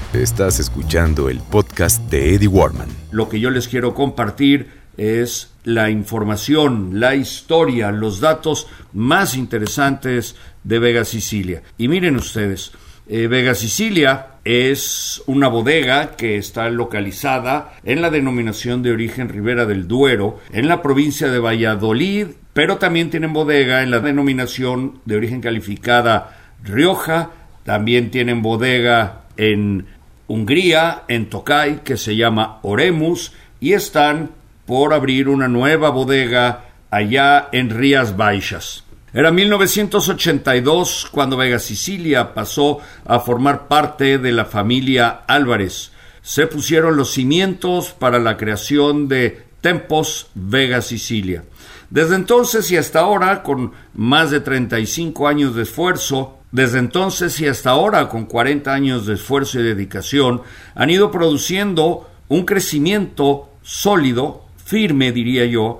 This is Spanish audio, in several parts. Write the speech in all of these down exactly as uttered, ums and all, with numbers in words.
Estás escuchando el podcast de Eddie Warman. Lo que yo les quiero compartir es la información, la historia, los datos más interesantes de Vega Sicilia. Y miren ustedes, eh, Vega Sicilia es una bodega que está localizada en la denominación de origen Ribera del Duero, en la provincia de Valladolid, pero también tienen bodega en la denominación de origen calificada Rioja, también tienen bodega en Hungría, en Tokaj, que se llama Oremus, y están por abrir una nueva bodega allá en Rías Baixas. Era mil novecientos ochenta y dos cuando Vega Sicilia pasó a formar parte de la familia Álvarez. Se pusieron los cimientos para la creación de Tempos Vega Sicilia. Desde entonces y hasta ahora, con más de treinta y cinco años de esfuerzo, desde entonces y hasta ahora, con cuarenta años de esfuerzo y dedicación, han ido produciendo un crecimiento sólido, firme diría yo,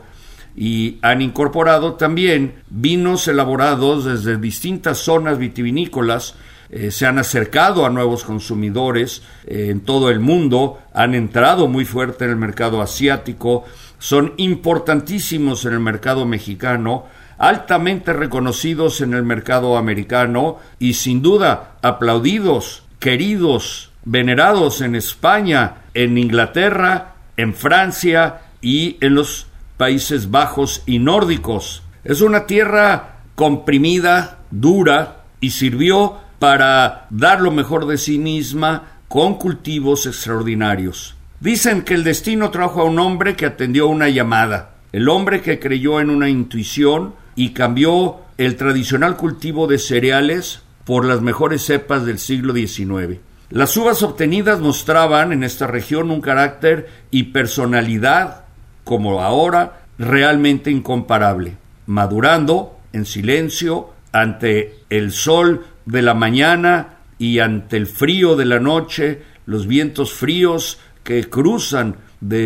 y han incorporado también vinos elaborados desde distintas zonas vitivinícolas, eh, se han acercado a nuevos consumidores eh, en todo el mundo, han entrado muy fuerte en el mercado asiático, son importantísimos en el mercado mexicano, altamente reconocidos en el mercado americano y sin duda aplaudidos, queridos, venerados en España, en Inglaterra, en Francia y en los Países Bajos y nórdicos. Es una tierra comprimida, dura, y sirvió para dar lo mejor de sí misma con cultivos extraordinarios. Dicen que el destino trajo a un hombre que atendió una llamada, el hombre que creyó en una intuición y cambió el tradicional cultivo de cereales por las mejores cepas del siglo diecinueve. Las uvas obtenidas mostraban en esta región un carácter y personalidad, como ahora, realmente incomparable, madurando en silencio ante el sol de la mañana y ante el frío de la noche, los vientos fríos que cruzan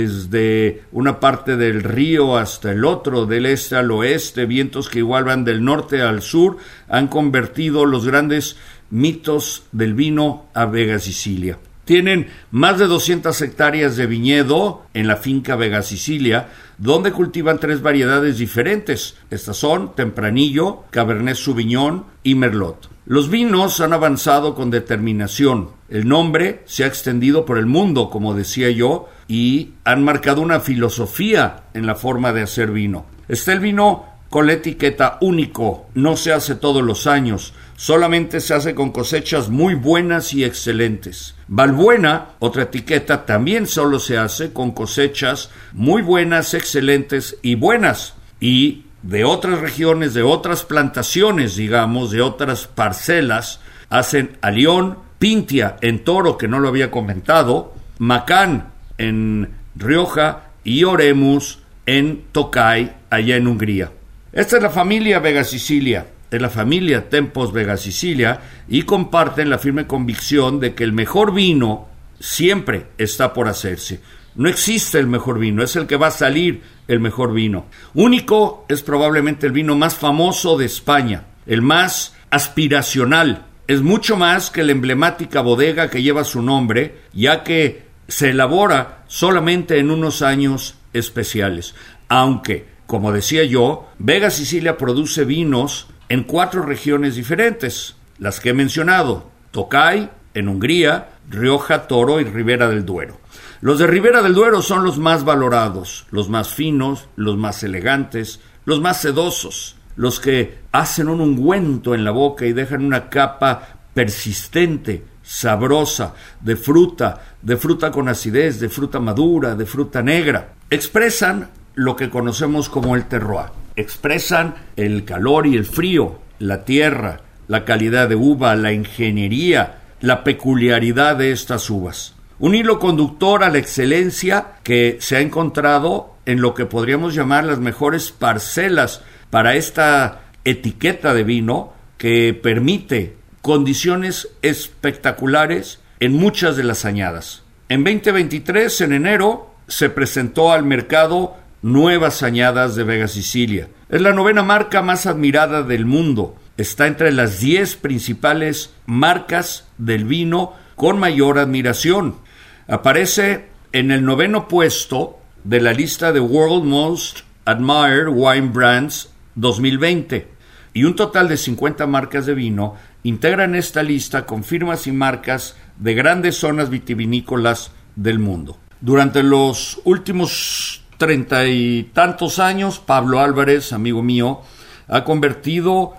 desde una parte del río hasta el otro, del este al oeste, vientos que igual van del norte al sur, han convertido los grandes mitos del vino a Vega Sicilia. Tienen más de doscientas hectáreas de viñedo en la finca Vega Sicilia, donde cultivan tres variedades diferentes. Estas son Tempranillo, Cabernet Sauvignon y Merlot. Los vinos han avanzado con determinación. El nombre se ha extendido por el mundo, como decía yo, y han marcado una filosofía en la forma de hacer vino. Está el vino con la etiqueta único, no se hace todos los años, solamente se hace con cosechas muy buenas y excelentes. Valbuena, otra etiqueta, también solo se hace con cosechas muy buenas, excelentes y buenas. Y de otras regiones, de otras plantaciones, digamos, de otras parcelas, hacen Alión, Pintia en Toro, que no lo había comentado, Macán en Rioja y Oremus en Tokaj, allá en Hungría. Esta es la familia Vega Sicilia, es la familia Tempos Vega Sicilia, y comparten la firme convicción de que el mejor vino siempre está por hacerse. No existe el mejor vino, es el que va a salir el mejor vino. Único es probablemente el vino más famoso de España, el más aspiracional. Es mucho más que la emblemática bodega que lleva su nombre, ya que se elabora solamente en unos años especiales. Aunque, como decía yo, Vega Sicilia produce vinos en cuatro regiones diferentes, las que he mencionado: Tokaj, en Hungría, Rioja, Toro y Ribera del Duero. Los de Ribera del Duero son los más valorados, los más finos, los más elegantes, los más sedosos, los que hacen un ungüento en la boca y dejan una capa persistente, sabrosa, de fruta, de fruta con acidez, de fruta madura, de fruta negra. Expresan lo que conocemos como el terroir. Expresan el calor y el frío, la tierra, la calidad de uva, la ingeniería, la peculiaridad de estas uvas. Un hilo conductor a la excelencia que se ha encontrado en lo que podríamos llamar las mejores parcelas para esta etiqueta de vino, que permite condiciones espectaculares en muchas de las añadas. En veinte veintitrés, en enero, se presentó al mercado Nuevas Añadas de Vega Sicilia. Es la novena marca más admirada del mundo. Está entre las diez principales marcas del vino con mayor admiración. Aparece en el noveno puesto de la lista de World Most Admired Wine Brands dos mil veinte, y un total de cincuenta marcas de vino integran esta lista con firmas y marcas de grandes zonas vitivinícolas del mundo. Durante los últimos treinta y tantos años, Pablo Álvarez, amigo mío, ha convertido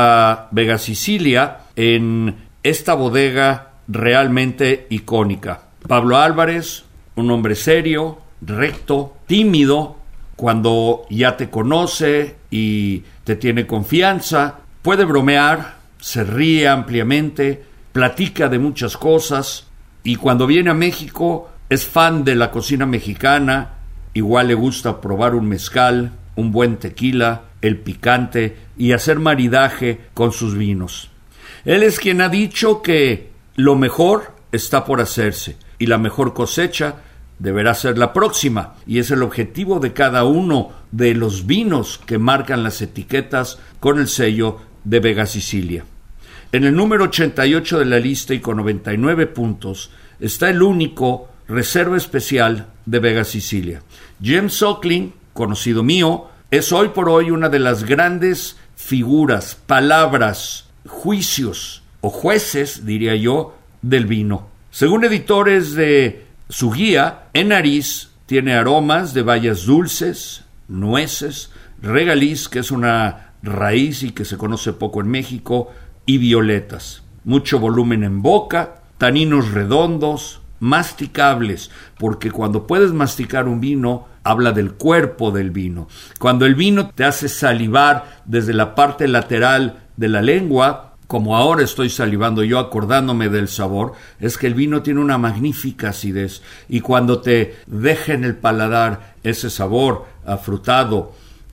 a Vega Sicilia en esta bodega realmente icónica. Pablo Álvarez, un hombre serio, recto, tímido, cuando ya te conoce y te tiene confianza, puede bromear, se ríe ampliamente, platica de muchas cosas, y cuando viene a México es fan de la cocina mexicana. Igual le gusta probar un mezcal, un buen tequila, el picante y hacer maridaje con sus vinos. Él es quien ha dicho que lo mejor está por hacerse y la mejor cosecha deberá ser la próxima, y es el objetivo de cada uno de los vinos que marcan las etiquetas con el sello de Vega Sicilia. En el número ochenta y ocho de la lista y con noventa y nueve puntos está el único Reserva Especial de Vega Sicilia. James Suckling, conocido mío, es hoy por hoy una de las grandes figuras, palabras, juicios o jueces, diría yo, del vino. Según editores de su guía, en nariz tiene aromas de bayas dulces, nueces, regaliz, que es una raíz y que se conoce poco en México, y violetas. Mucho volumen en boca, taninos redondos, masticables, porque cuando puedes masticar un vino, habla del cuerpo del vino. Cuando el vino te hace salivar desde la parte lateral de la lengua, como ahora estoy salivando yo acordándome del sabor, es que el vino tiene una magnífica acidez, y cuando te deja en el paladar ese sabor afrutado,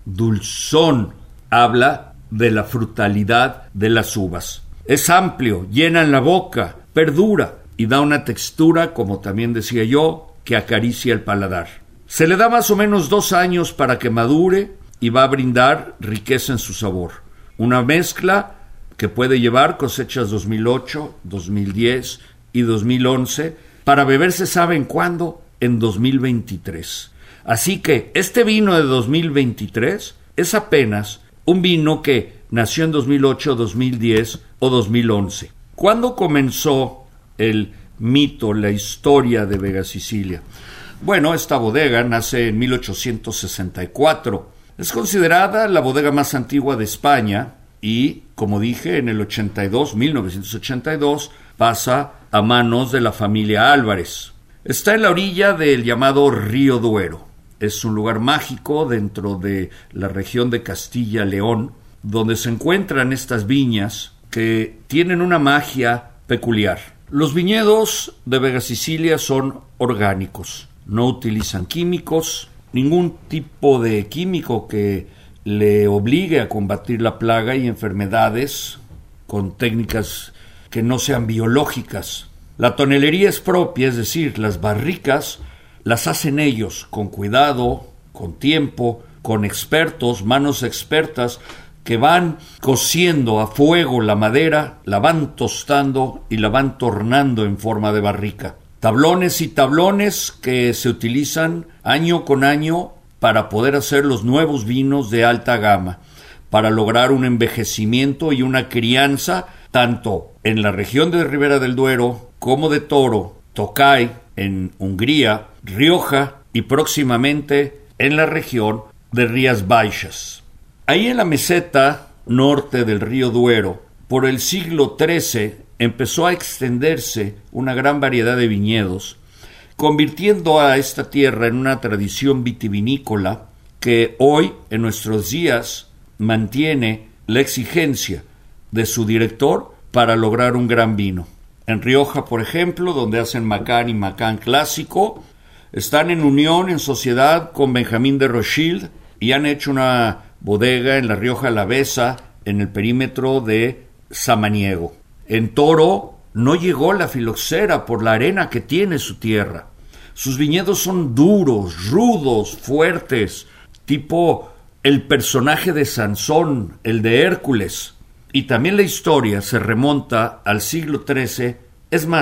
dulzón, habla de la frutalidad de las uvas. Es amplio, llena en la boca, perdura y da una textura, como también decía yo, que acaricia el paladar. Se le da más o menos dos años para que madure y va a brindar riqueza en su sabor. Una mezcla que puede llevar cosechas dos mil ocho, dos mil diez y dos mil once para beberse, ¿saben cuándo? En dos mil veintitrés. Así que este vino de dos mil veintitrés es apenas un vino que nació en dos mil ocho, dos mil diez o dos mil once. ¿Cuándo comenzó el mito, la historia de Vega Sicilia? Bueno, esta bodega nace en mil ochocientos sesenta y cuatro. Es considerada la bodega más antigua de España y, como dije, en el ochenta y dos, mil novecientos ochenta y dos, pasa a manos de la familia Álvarez. Está en la orilla del llamado Río Duero. Es un lugar mágico dentro de la región de Castilla-León, donde se encuentran estas viñas que tienen una magia peculiar. Los viñedos de Vega Sicilia son orgánicos, no utilizan químicos, ningún tipo de químico que le obligue a combatir la plaga y enfermedades con técnicas que no sean biológicas. La tonelería es propia, es decir, las barricas las hacen ellos con cuidado, con tiempo, con expertos, manos expertas, que van cociendo a fuego la madera, la van tostando y la van tornando en forma de barrica. Tablones y tablones que se utilizan año con año para poder hacer los nuevos vinos de alta gama, para lograr un envejecimiento y una crianza tanto en la región de Ribera del Duero como de Toro, Tokaj en Hungría, Rioja y próximamente en la región de Rías Baixas. Ahí en la meseta norte del río Duero, por el siglo trece, empezó a extenderse una gran variedad de viñedos, convirtiendo a esta tierra en una tradición vitivinícola que hoy, en nuestros días, mantiene la exigencia de su director para lograr un gran vino. En Rioja, por ejemplo, donde hacen Macán y Macán clásico, están en unión, en sociedad con Benjamín de Rothschild y han hecho una bodega en la Rioja Alavesa, en el perímetro de Samaniego. En Toro no llegó la filoxera por la arena que tiene su tierra. Sus viñedos son duros, rudos, fuertes, tipo el personaje de Sansón, el de Hércules. Y también la historia se remonta al siglo trece, es más,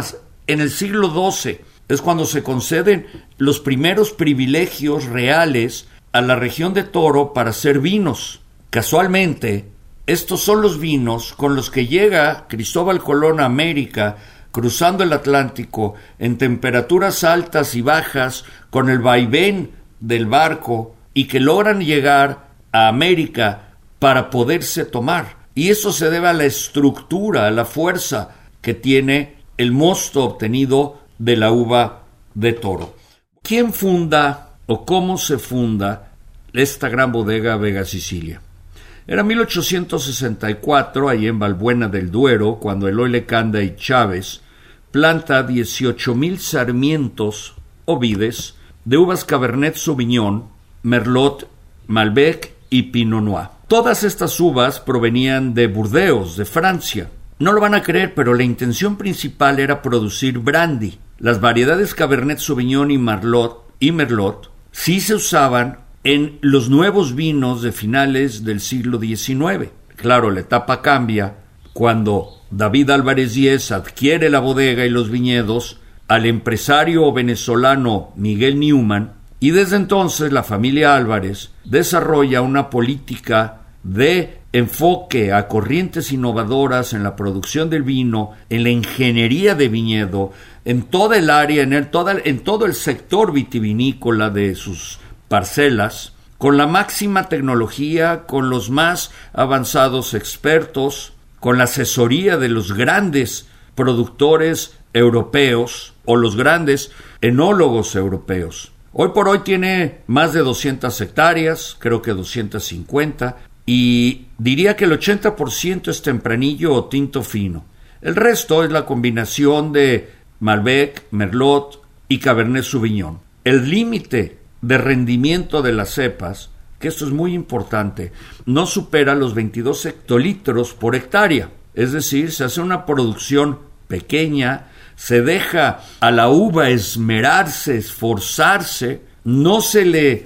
en el siglo doce. Es cuando se conceden los primeros privilegios reales a la región de Toro para hacer vinos. Casualmente, estos son los vinos con los que llega Cristóbal Colón a América, cruzando el Atlántico en temperaturas altas y bajas, con el vaivén del barco, y que logran llegar a América para poderse tomar. Y eso se debe a la estructura, a la fuerza que tiene el mosto obtenido de la uva de Toro. ¿Quién funda o cómo se funda esta gran bodega Vega Sicilia? Era mil ochocientos sesenta y cuatro, ahí en Balbuena del Duero, cuando Eloy Lecanda y Chávez planta dieciocho mil sarmientos o vides de uvas Cabernet Sauvignon, Merlot, Malbec y Pinot Noir. Todas estas uvas provenían de Burdeos, de Francia. No lo van a creer, pero la intención principal era producir brandy. Las variedades Cabernet Sauvignon y Merlot, y Merlot sí se usaban en los nuevos vinos de finales del siglo diecinueve. Claro, la etapa cambia cuando David Álvarez Díez adquiere la bodega y los viñedos al empresario venezolano Miguel Newman, y desde entonces la familia Álvarez desarrolla una política de enfoque a corrientes innovadoras en la producción del vino, en la ingeniería de viñedo, en toda el área, en, el, toda, en todo el sector vitivinícola de sus parcelas, con la máxima tecnología, con los más avanzados expertos, con la asesoría de los grandes productores europeos o los grandes enólogos europeos. Hoy por hoy tiene más de doscientas hectáreas, creo que doscientas cincuenta, y diría que el ochenta por ciento es tempranillo o tinto fino. El resto es la combinación de Malbec, Merlot y Cabernet Sauvignon. El límite de rendimiento de las cepas, que esto es muy importante, no supera los veintidós hectolitros por hectárea. Es decir, se hace una producción pequeña, se deja a la uva esmerarse, esforzarse, no se le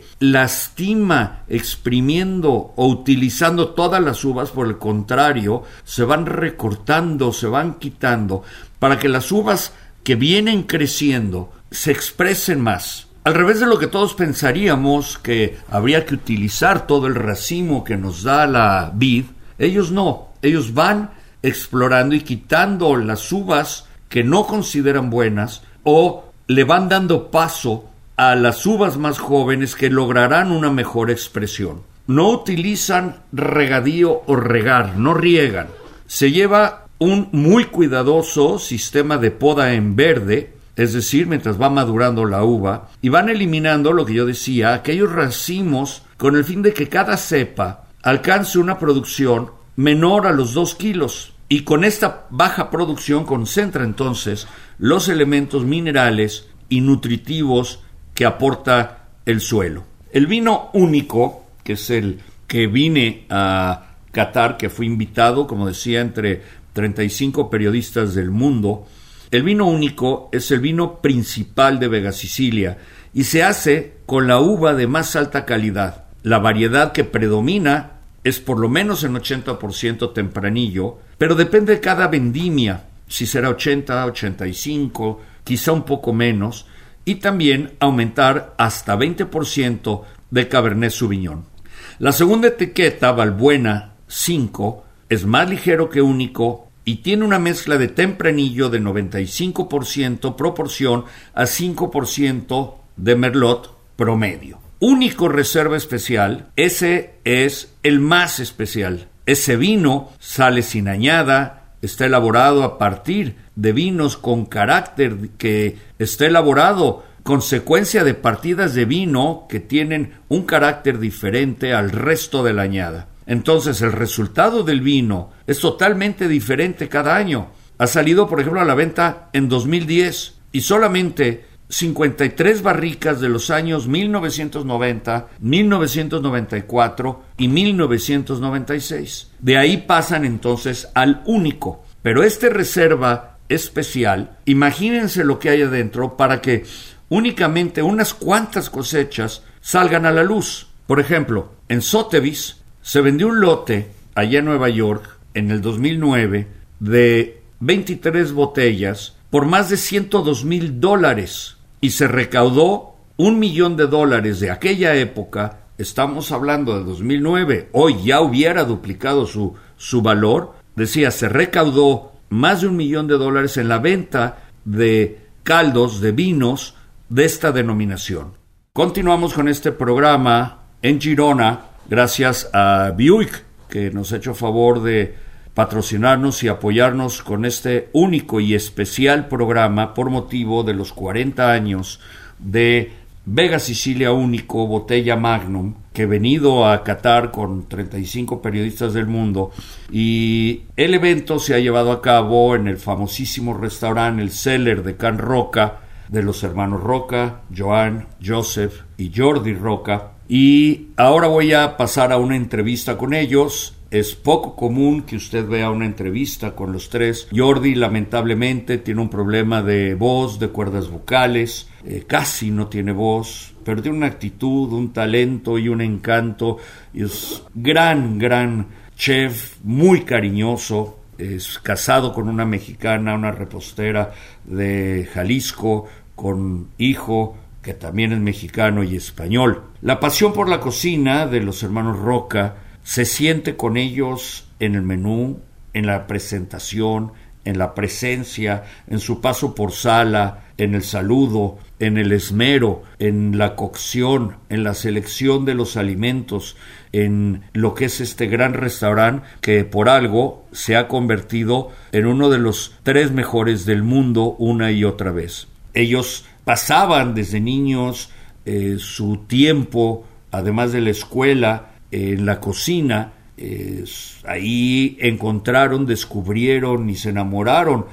lastima exprimiendo o utilizando todas las uvas, por el contrario, se van recortando, se van quitando, para que las uvas que vienen creciendo se expresen más. Al revés de lo que todos pensaríamos, que habría que utilizar todo el racimo que nos da la vid, ellos no, ellos van explorando y quitando las uvas que no consideran buenas, o le van dando paso a las uvas más jóvenes que lograrán una mejor expresión. No utilizan regadío o regar, no riegan. Se lleva un muy cuidadoso sistema de poda en verde, es decir, mientras va madurando la uva, y van eliminando, lo que yo decía, aquellos racimos con el fin de que cada cepa alcance una producción menor a los dos kilos. Y con esta baja producción concentra entonces los elementos minerales y nutritivos que aporta el suelo. El vino único, que es el que vine a catar, que fui invitado, como decía, entre treinta y cinco periodistas del mundo, el vino único es el vino principal de Vega Sicilia y se hace con la uva de más alta calidad. La variedad que predomina es por lo menos en ochenta por ciento tempranillo, pero depende de cada vendimia, si será ochenta, ochenta y cinco, quizá un poco menos, y también aumentar hasta veinte por ciento de Cabernet Sauvignon. La segunda etiqueta, Balbuena cinco, es más ligero que único y tiene una mezcla de tempranillo de noventa y cinco por ciento proporción a cinco por ciento de Merlot promedio. Único reserva especial, ese es el más especial. Ese vino sale sin añada, está elaborado a partir de vinos con carácter, que está elaborado consecuencia de partidas de vino que tienen un carácter diferente al resto de la añada. Entonces el resultado del vino es totalmente diferente cada año. Ha salido, por ejemplo, a la venta en dos mil diez y solamente cincuenta y tres barricas de los años mil novecientos noventa, mil novecientos noventa y cuatro y mil novecientos noventa y seis. De ahí pasan entonces al único. Pero este reserva especial, imagínense lo que hay adentro para que únicamente unas cuantas cosechas salgan a la luz. Por ejemplo, en Sotheby's se vendió un lote allá en Nueva York en el dos mil nueve de veintitrés botellas por más de ciento dos mil dólares y se recaudó un millón de dólares de aquella época. Estamos hablando de dos mil nueve, hoy ya hubiera duplicado su, su valor. Decía, se recaudó más de un millón de dólares en la venta de caldos, de vinos de esta denominación. Continuamos con este programa en Girona, gracias a Buick, que nos ha hecho favor de patrocinarnos y apoyarnos con este único y especial programa por motivo de los cuarenta años de Vega Sicilia Único, botella Magnum, que he venido a Qatar con treinta y cinco periodistas del mundo, y el evento se ha llevado a cabo en el famosísimo restaurante El Cellar de Can Roca, de los hermanos Roca, Joan, Joseph y Jordi Roca, y ahora voy a pasar a una entrevista con ellos. Es poco común que usted vea una entrevista con los tres. Jordi, lamentablemente, tiene un problema de voz, de cuerdas vocales, eh, casi no tiene voz, pero tiene una actitud, un talento y un encanto. Y es gran, gran chef, muy cariñoso. Es casado con una mexicana, una repostera de Jalisco, con hijo que también es mexicano y español. La pasión por la cocina de los hermanos Roca se siente con ellos en el menú, en la presentación, en la presencia, en su paso por sala, en el saludo, en el esmero, en la cocción, en la selección de los alimentos, en lo que es este gran restaurante que por algo se ha convertido en uno de los tres mejores del mundo una y otra vez. Ellos pasaban desde niños eh, su tiempo, además de la escuela, en la cocina. Eh, ahí encontraron, descubrieron y se enamoraron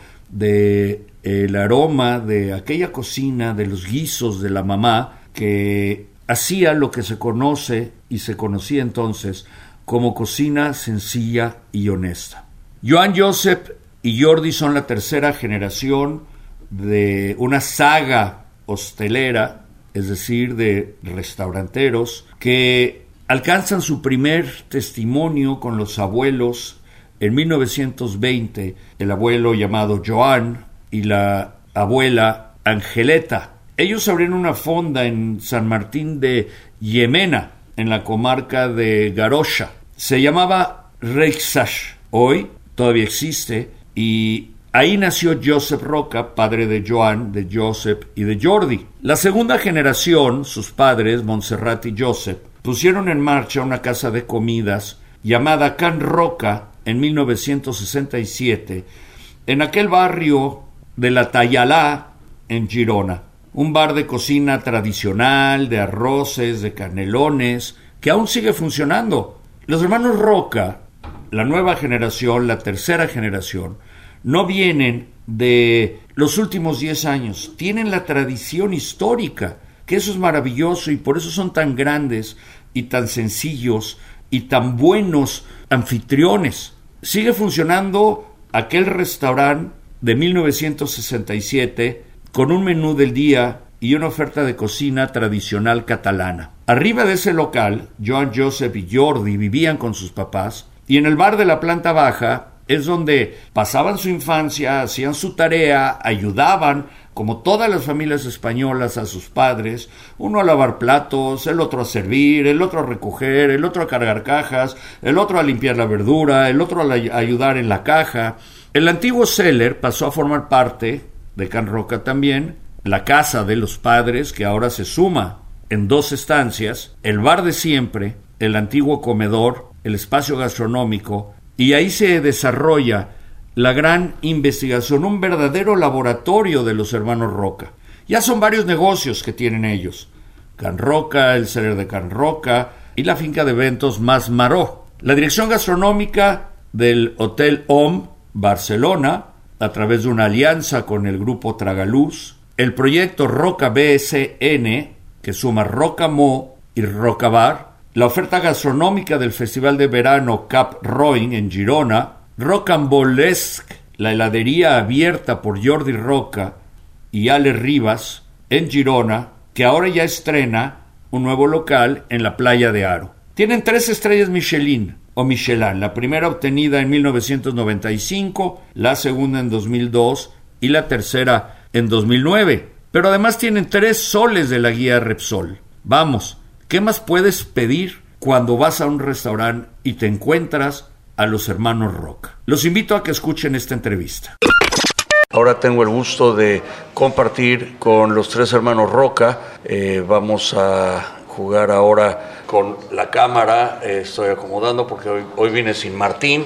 de el aroma de aquella cocina, de los guisos de la mamá, que hacía lo que se conoce y se conocía entonces como cocina sencilla y honesta. Joan, Josep y Jordi son la tercera generación de una saga hostelera, es decir, de restauranteros que alcanzan su primer testimonio con los abuelos en mil novecientos veinte, el abuelo llamado Joan y la abuela Angeleta. Ellos abrieron una fonda en San Martín de Yemena, en la comarca de Garosha. Se llamaba Reixash, hoy todavía existe, y ahí nació Josep Roca, padre de Joan, de Josep y de Jordi. La segunda generación, sus padres, Montserrat y Josep, pusieron en marcha una casa de comidas llamada Can Roca en mil novecientos sesenta y siete, en aquel barrio de la Tayalá, en Girona. Un bar de cocina tradicional, de arroces, de canelones, que aún sigue funcionando. Los hermanos Roca, la nueva generación, la tercera generación, no vienen de los últimos diez años, tienen la tradición histórica, que eso es maravilloso y por eso son tan grandes y tan sencillos y tan buenos anfitriones. Sigue funcionando aquel restaurante de mil novecientos sesenta y siete con un menú del día y una oferta de cocina tradicional catalana. Arriba de ese local, Joan, Josep y Jordi vivían con sus papás, y en el bar de la planta baja es donde pasaban su infancia, hacían su tarea, ayudaban, como todas las familias españolas, a sus padres, uno a lavar platos, el otro a servir, el otro a recoger, el otro a cargar cajas, el otro a limpiar la verdura, el otro a, la, a ayudar en la caja. El antiguo Cellar pasó a formar parte de Can Roca también, la casa de los padres, que ahora se suma en dos estancias, el bar de siempre, el antiguo comedor, el espacio gastronómico, y ahí se desarrolla la gran investigación, un verdadero laboratorio de los hermanos Roca. Ya son varios negocios que tienen ellos: Can Roca, el Cellar de Can Roca y la finca de eventos Mas Maró. La dirección gastronómica del Hotel Hom Barcelona, a través de una alianza con el grupo Tragaluz, el proyecto Roca B S N, que suma Roca Mo y Roca Bar, la oferta gastronómica del Festival de Verano Cap Roin en Girona, Rocambolesque, la heladería abierta por Jordi Roca y Ale Rivas en Girona, que ahora ya estrena un nuevo local en la playa de Aro. Tienen tres estrellas Michelin o Michelin, la primera obtenida en mil novecientos noventa y cinco, la segunda en dos mil dos y la tercera en dos mil nueve. Pero además tienen tres soles de la guía Repsol. Vamos, ¿qué más puedes pedir cuando vas a un restaurante y te encuentras a los hermanos Roca? Los invito a que escuchen esta entrevista. Ahora tengo el gusto de compartir con los tres hermanos Roca. Eh, vamos a jugar ahora con la cámara. Eh, estoy acomodando porque hoy, hoy vine sin Martín.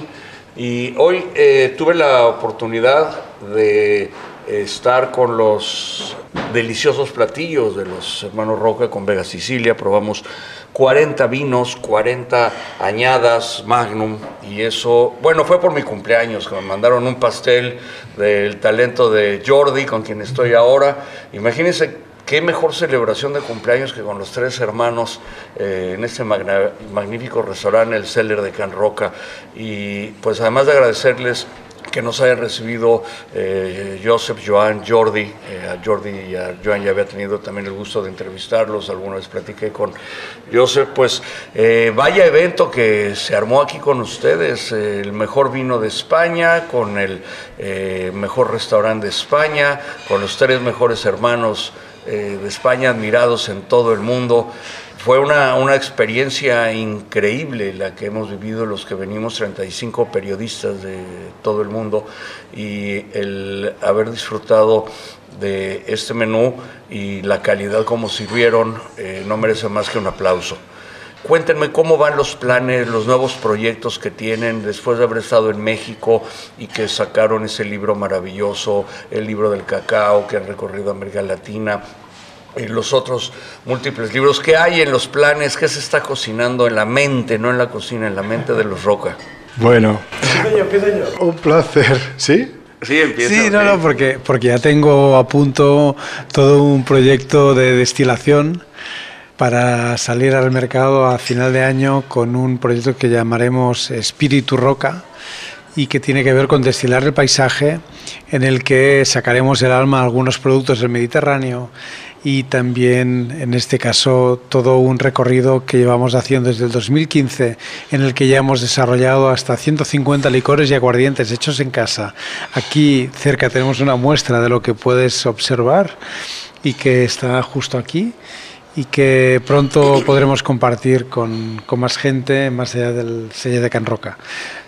Y hoy eh, tuve la oportunidad de estar con los deliciosos platillos de los hermanos Roca con Vega Sicilia. Probamos cuarenta vinos, cuarenta añadas Magnum, y eso, bueno, fue por mi cumpleaños, que me mandaron un pastel del talento de Jordi, con quien estoy ahora. Imagínense qué mejor celebración de cumpleaños que con los tres hermanos eh, en este magna, magnífico restaurante, el Cellar de Can Roca. Y pues además de agradecerles que nos hayan recibido eh, Joseph, Joan, Jordi. Eh, a Jordi y a Joan ya había tenido también el gusto de entrevistarlos, alguna vez platiqué con Joseph. Pues eh, vaya evento que se armó aquí con ustedes, eh, el mejor vino de España, con el eh, mejor restaurante de España, con los tres mejores hermanos eh, de España admirados en todo el mundo. Fue una, una experiencia increíble la que hemos vivido los que venimos, treinta y cinco periodistas de todo el mundo, y el haber disfrutado de este menú y la calidad como sirvieron eh, no merece más que un aplauso. Cuéntenme cómo van los planes, los nuevos proyectos que tienen después de haber estado en México y que sacaron ese libro maravilloso, el libro del cacao, que han recorrido América Latina, y los otros múltiples libros. ¿Qué hay en los planes? ¿Qué se está cocinando en la mente, no en la cocina, en la mente de los Roca? Bueno, empiezo yo, empiezo yo. Un placer. ¿Sí? Sí, empieza. Sí, no, no, porque, porque ya tengo a punto todo un proyecto de destilación para salir al mercado a final de año con un proyecto que llamaremos Espíritu Roca, y que tiene que ver con destilar el paisaje, en el que sacaremos el alma a algunos productos del Mediterráneo, y también, en este caso, todo un recorrido que llevamos haciendo desde el dos mil quince, en el que ya hemos desarrollado hasta ciento cincuenta licores y aguardientes hechos en casa. Aquí cerca tenemos una muestra de lo que puedes observar y que está justo aquí, y que pronto podremos compartir con, con más gente más allá del Cellar de Can Roca.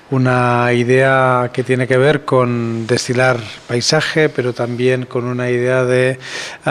Una idea que tiene que ver con destilar paisaje, pero también con una idea de uh,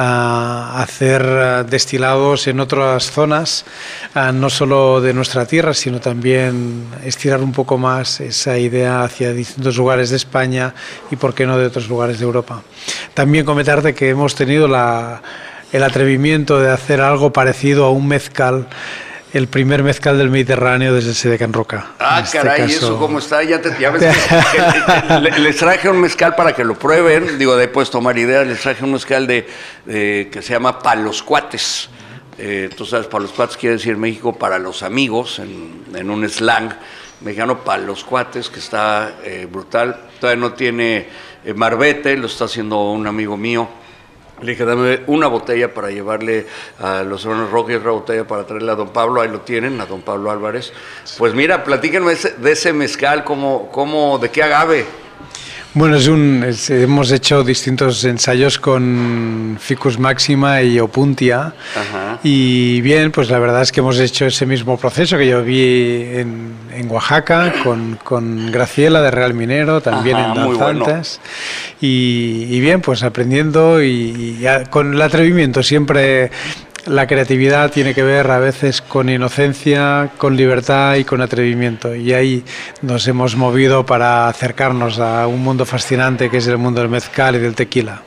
hacer uh, destilados en otras zonas, uh, no solo de nuestra tierra, sino también estirar un poco más esa idea hacia distintos lugares de España y, por qué no, de otros lugares de Europa. También comentarte que hemos tenido la, el atrevimiento de hacer algo parecido a un mezcal, el primer mezcal del Mediterráneo desde el Cellar de Can Roca. Ah, este caray, caso... ¿eso cómo está? Ya, te, ya ves que, que, que les traje un mezcal para que lo prueben. Digo, de pues tomar ideas, les traje un mezcal de, de que se llama Palos Cuates. Eh, tú sabes, Palos Cuates quiere decir México para los amigos, en, en un slang mexicano, Palos Cuates, que está eh, brutal. Todavía no tiene eh, marbete, lo está haciendo un amigo mío. Le dije, dame una botella para llevarle a los hermanos Roca y otra botella para traerle a don Pablo. Ahí lo tienen, a don Pablo Álvarez. Pues mira, platíquenme de ese mezcal, cómo, cómo, de qué agave. Bueno, es un, es, hemos hecho distintos ensayos con Ficus Máxima y Opuntia. Ajá. Y bien, pues la verdad es que hemos hecho ese mismo proceso que yo vi en, en Oaxaca con, con Graciela de Real Minero, también. Ajá, en Danzantes. Bueno. Y, y bien, pues aprendiendo y, y a, con el atrevimiento. Siempre la creatividad tiene que ver a veces con inocencia, con libertad y con atrevimiento. Y ahí nos hemos movido para acercarnos a un mundo fascinante que es el mundo del mezcal y del tequila.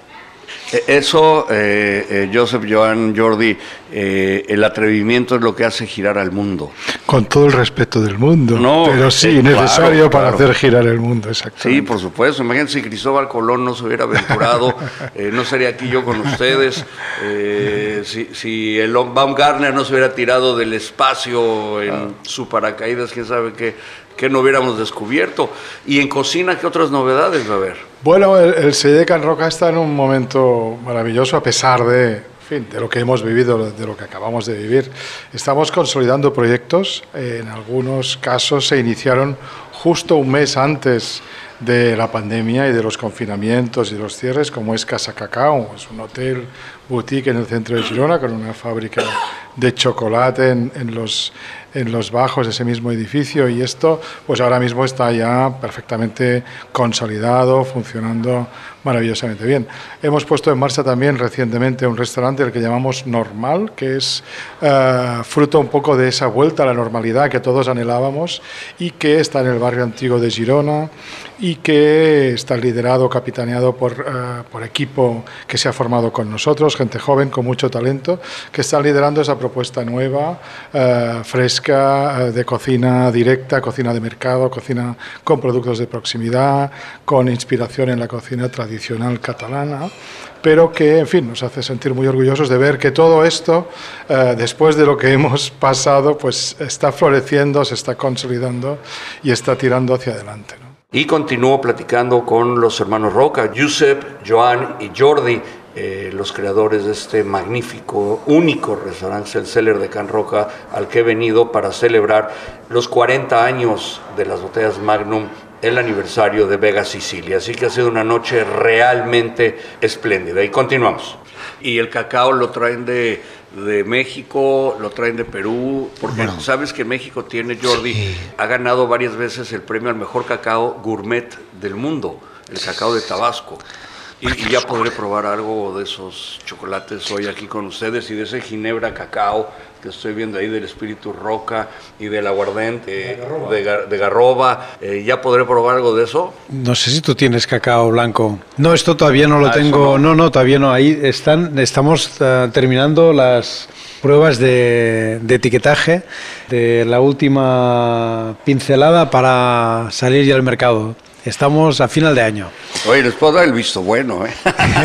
Eso, eh, eh, Joseph, Joan, Jordi, eh, el atrevimiento es lo que hace girar al mundo. Con todo el respeto del mundo, no, pero sí, eh, necesario claro, para claro. hacer girar el mundo, exactamente. Sí, por supuesto. Imagínense si Cristóbal Colón no se hubiera aventurado, eh, no sería aquí yo con ustedes. Eh, si, si el Baumgartner no se hubiera tirado del espacio en ah. su paracaídas, quién sabe qué, qué no hubiéramos descubierto. Y en cocina, ¿qué otras novedades va a haber? Bueno, el, el Cellar de Can Roca está en un momento maravilloso a pesar de, en fin, de lo que hemos vivido, de lo que acabamos de vivir. Estamos consolidando proyectos, eh, en algunos casos se iniciaron justo un mes antes de la pandemia y de los confinamientos y los cierres, como es Casa Cacao. Es un hotel boutique en el centro de Girona con una fábrica de chocolate en, en los en los bajos de ese mismo edificio, y esto pues ahora mismo está ya perfectamente consolidado, funcionando maravillosamente bien. Hemos puesto en marcha también recientemente un restaurante el que llamamos Normal, que es uh, fruto un poco de esa vuelta a la normalidad que todos anhelábamos y que está en el barrio antiguo de Girona y que está liderado, capitaneado por, uh, por equipo que se ha formado con nosotros, gente joven con mucho talento, que está liderando esa propuesta nueva, uh, fresca, uh, de cocina directa, cocina de mercado, cocina con productos de proximidad, con inspiración en la cocina tradicional catalana, pero que, en fin, nos hace sentir muy orgullosos de ver que todo esto, uh, después de lo que hemos pasado, pues está floreciendo, se está consolidando y está tirando hacia adelante, ¿no? Y continúo platicando con los hermanos Roca, Josep, Joan y Jordi, eh, los creadores de este magnífico, único restaurante, el Cellar de Can Roca, al que he venido para celebrar los cuarenta años de las botellas Magnum, el aniversario de Vega Sicilia. Así que ha sido una noche realmente espléndida. Y continuamos. Y el cacao lo traen de, de México, lo traen de Perú, porque bueno, sabes que México tiene, Jordi, sí, ha ganado varias veces el premio al mejor cacao gourmet del mundo, el cacao de Tabasco. Y, y ya podré probar algo de esos chocolates hoy aquí con ustedes, y de ese ginebra cacao que estoy viendo ahí, del Espíritu Roca y del aguardiente eh, de, de, de Garroba. Eh, ¿Ya podré probar algo de eso? No sé si tú tienes cacao blanco. No, esto todavía no lo ah, tengo. No. no, no, todavía no. Ahí están, estamos uh, terminando las pruebas de, de etiquetaje de la última pincelada para salir ya al mercado. Estamos a final de año. Oye, les puedo dar el visto bueno, ¿eh?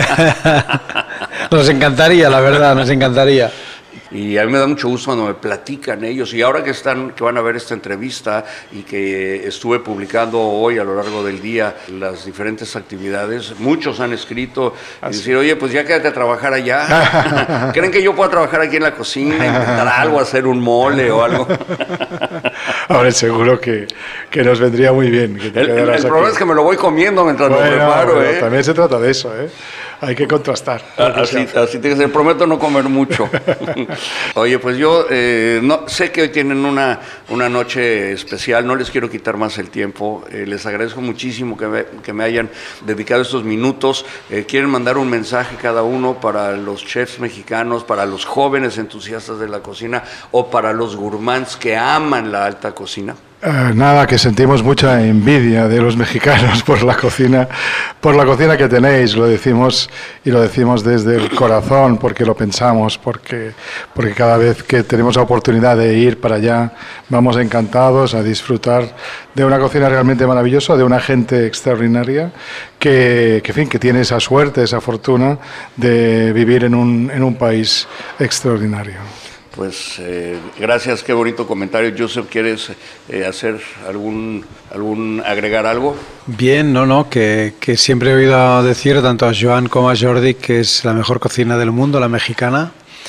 Nos encantaría, la verdad, nos encantaría. Y a mí me da mucho gusto cuando me platican ellos, y ahora que están, que van a ver esta entrevista y que estuve publicando hoy a lo largo del día las diferentes actividades, muchos han escrito y decir, oye, pues ya quédate a trabajar allá. ¿Creen que yo pueda trabajar aquí en la cocina, intentar algo, hacer un mole o algo? Ahora seguro que, que nos vendría muy bien. Que te el el problema es que me lo voy comiendo mientras bueno, lo preparo. Bueno, ¿eh? También se trata de eso, ¿eh? Hay que contrastar. Así, así tiene que ser. Prometo no comer mucho. Oye, pues yo eh, no, sé que hoy tienen una, una noche especial, no les quiero quitar más el tiempo. Eh, les agradezco muchísimo que me, que me hayan dedicado estos minutos. Eh, ¿Quieren mandar un mensaje cada uno para los chefs mexicanos, para los jóvenes entusiastas de la cocina o para los gourmands que aman la alta cocina? Uh, nada, que sentimos mucha envidia de los mexicanos por la cocina, por la cocina que tenéis, lo decimos y lo decimos desde el corazón, porque lo pensamos, porque, porque cada vez que tenemos la oportunidad de ir para allá, vamos encantados a disfrutar de una cocina realmente maravillosa, de una gente extraordinaria, que, que, en fin, que tiene esa suerte, esa fortuna de vivir en un, en un país extraordinario. Pues eh, gracias, qué bonito comentario. Josep, ¿quieres eh, hacer algún, algún, agregar algo? Bien, no, no, que, que siempre he oído decir tanto a Joan como a Jordi que es la mejor cocina del mundo, la mexicana.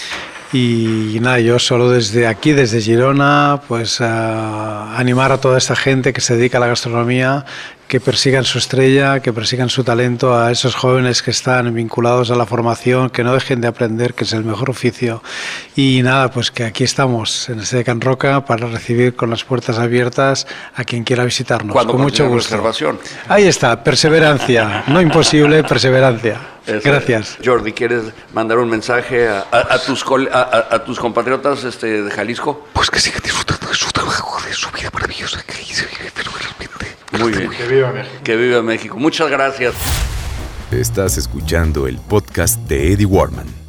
Y nada, yo solo desde aquí, desde Girona, pues uh, animar a toda esta gente que se dedica a la gastronomía, que persigan su estrella, que persigan su talento, a esos jóvenes que están vinculados a la formación, que no dejen de aprender, que es el mejor oficio. Y nada, pues que aquí estamos, en este Can Roca, para recibir con las puertas abiertas a quien quiera visitarnos. Con mucho gusto. Reservación. Ahí está, perseverancia, no imposible, perseverancia. Eso. Gracias. Jordi, ¿quieres mandar un mensaje a, a, a, tus, a, a, a tus compatriotas este, de Jalisco? Pues que sigan disfrutando de su trabajo, de su vida maravillosa, que ahí se vive fenomenalmente. Muy bien. Que viva México. Que viva México. Muchas gracias. Estás escuchando el podcast de Eddie Warman.